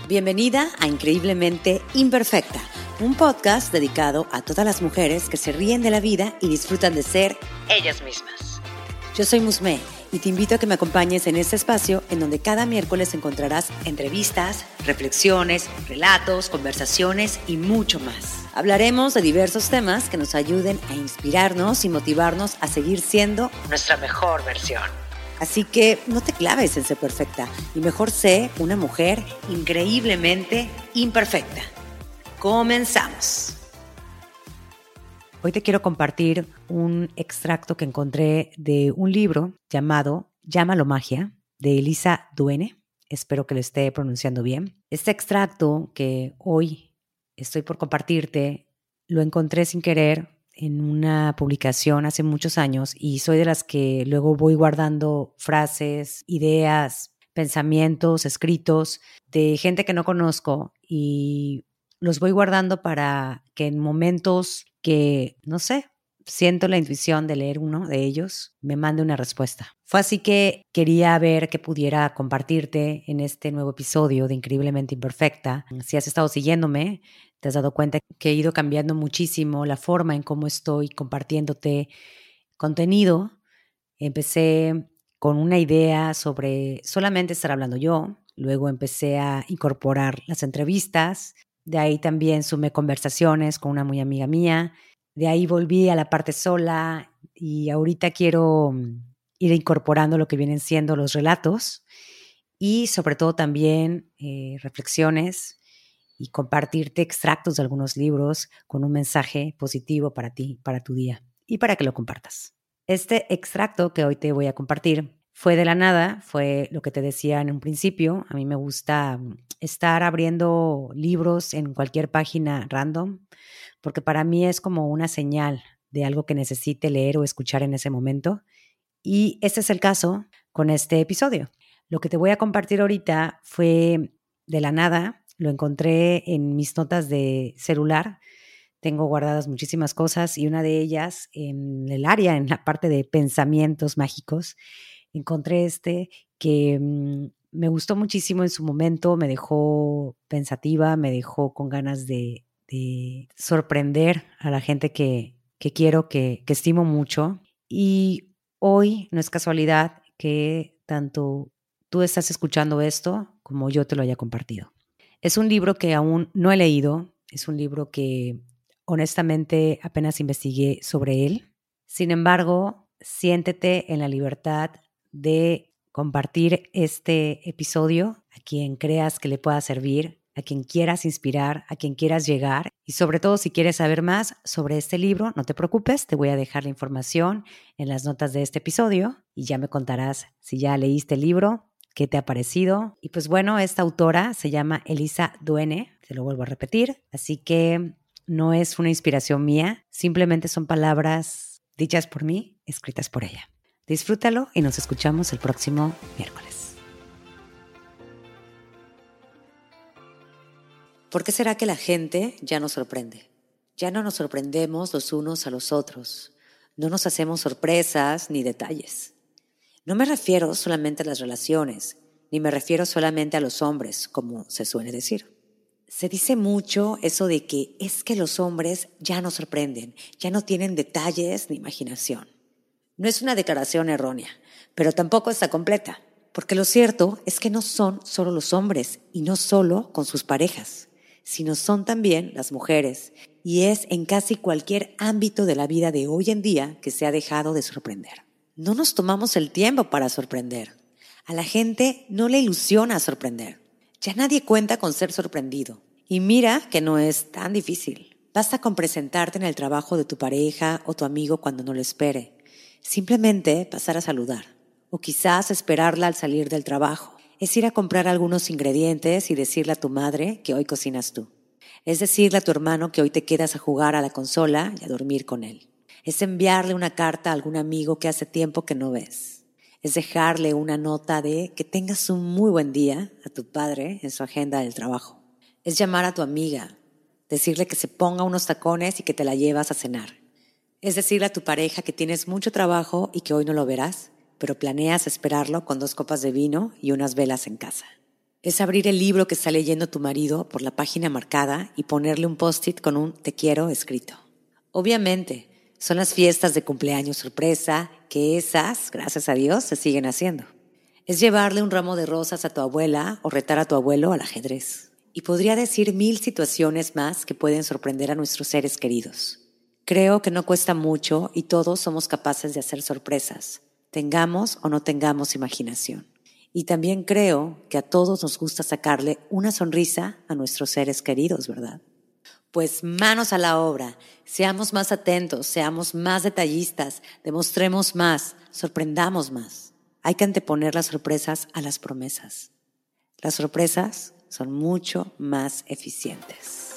Bienvenida a Increíblemente Imperfecta, un podcast dedicado a todas las mujeres que se ríen de la vida y disfrutan de ser ellas mismas. Yo soy Musmé y te invito a que me acompañes en este espacio en donde cada miércoles encontrarás entrevistas, reflexiones, relatos, conversaciones y mucho más. Hablaremos de diversos temas que nos ayuden a inspirarnos y motivarnos a seguir siendo nuestra mejor versión. Así que no te claves en ser perfecta y mejor sé una mujer increíblemente imperfecta. Comenzamos. Hoy te quiero compartir un extracto que encontré de un libro llamado Llámalo Magia, de Elisa Duene. Espero que lo esté pronunciando bien. Este extracto que hoy estoy por compartirte lo encontré sin querer en una publicación hace muchos años y soy de las que luego voy guardando frases, ideas, pensamientos, escritos de gente que no conozco y los voy guardando para que en momentos que, no sé, siento la intuición de leer uno de ellos, me mande una respuesta. Fue así que quería ver qué pudiera compartirte en este nuevo episodio de Increíblemente Imperfecta. Si has estado siguiéndome, te has dado cuenta que he ido cambiando muchísimo la forma en cómo estoy compartiéndote contenido. Empecé con una idea sobre solamente estar hablando yo, luego empecé a incorporar las entrevistas, de ahí también sumé conversaciones con una muy amiga mía, de ahí volví a la parte sola y ahorita quiero ir incorporando lo que vienen siendo los relatos y sobre todo también reflexiones y compartirte extractos de algunos libros con un mensaje positivo para ti, para tu día y para que lo compartas. Este extracto que hoy te voy a compartir fue de la nada, fue lo que te decía en un principio. A mí me gusta estar abriendo libros en cualquier página random, porque para mí es como una señal de algo que necesite leer o escuchar en ese momento. Y este es el caso con este episodio. Lo que te voy a compartir ahorita fue de la nada, lo encontré en mis notas de celular. Tengo guardadas muchísimas cosas y una de ellas en el área, en la parte de pensamientos mágicos, encontré este que me gustó muchísimo en su momento, me dejó pensativa, me dejó con ganas de sorprender a la gente que quiero, que estimo mucho. Y hoy no es casualidad que tanto tú estás escuchando esto como yo te lo haya compartido. Es un libro que aún no he leído, es un libro que honestamente apenas investigué sobre él. Sin embargo, siéntete en la libertad de compartir este episodio a quien creas que le pueda servir, a quien quieras inspirar, a quien quieras llegar. Y sobre todo, si quieres saber más sobre este libro, no te preocupes, te voy a dejar la información en las notas de este episodio y ya me contarás si ya leíste el libro, qué te ha parecido. Y pues bueno, esta autora se llama Elisa Duene, te lo vuelvo a repetir, así que no es una inspiración mía, simplemente son palabras dichas por mí, escritas por ella. Disfrútalo y nos escuchamos el próximo miércoles. ¿Por qué será que la gente ya nos sorprende? Ya no nos sorprendemos los unos a los otros. No nos hacemos sorpresas ni detalles. No me refiero solamente a las relaciones, ni me refiero solamente a los hombres, como se suele decir. Se dice mucho eso de que es que los hombres ya no sorprenden, ya no tienen detalles ni imaginación. No es una declaración errónea, pero tampoco está completa, porque lo cierto es que no son solo los hombres y no solo con sus parejas, sino son también las mujeres, y es en casi cualquier ámbito de la vida de hoy en día que se ha dejado de sorprender. No nos tomamos el tiempo para sorprender. A la gente no le ilusiona sorprender. Ya nadie cuenta con ser sorprendido. Y mira que no es tan difícil. Basta con presentarte en el trabajo de tu pareja o tu amigo cuando no lo espere. Simplemente pasar a saludar. O quizás esperarla al salir del trabajo. Es ir a comprar algunos ingredientes y decirle a tu madre que hoy cocinas tú. Es decirle a tu hermano que hoy te quedas a jugar a la consola y a dormir con él. Es enviarle una carta a algún amigo que hace tiempo que no ves. Es dejarle una nota de que tengas un muy buen día a tu padre en su agenda del trabajo. Es llamar a tu amiga, decirle que se ponga unos tacones y que te la llevas a cenar. Es decirle a tu pareja que tienes mucho trabajo y que hoy no lo verás, pero planeas esperarlo con 2 copas de vino y unas velas en casa. Es abrir el libro que está leyendo tu marido por la página marcada y ponerle un post-it con un "te quiero" escrito. Obviamente, son las fiestas de cumpleaños sorpresa, que esas, gracias a Dios, se siguen haciendo. Es llevarle un ramo de rosas a tu abuela o retar a tu abuelo al ajedrez. Y podría decir 1000 situaciones más que pueden sorprender a nuestros seres queridos. Creo que no cuesta mucho y todos somos capaces de hacer sorpresas, tengamos o no tengamos imaginación. Y también creo que a todos nos gusta sacarle una sonrisa a nuestros seres queridos, ¿verdad? Pues manos a la obra, seamos más atentos, seamos más detallistas, demostremos más, sorprendamos más. Hay que anteponer las sorpresas a las promesas. Las sorpresas son mucho más eficientes.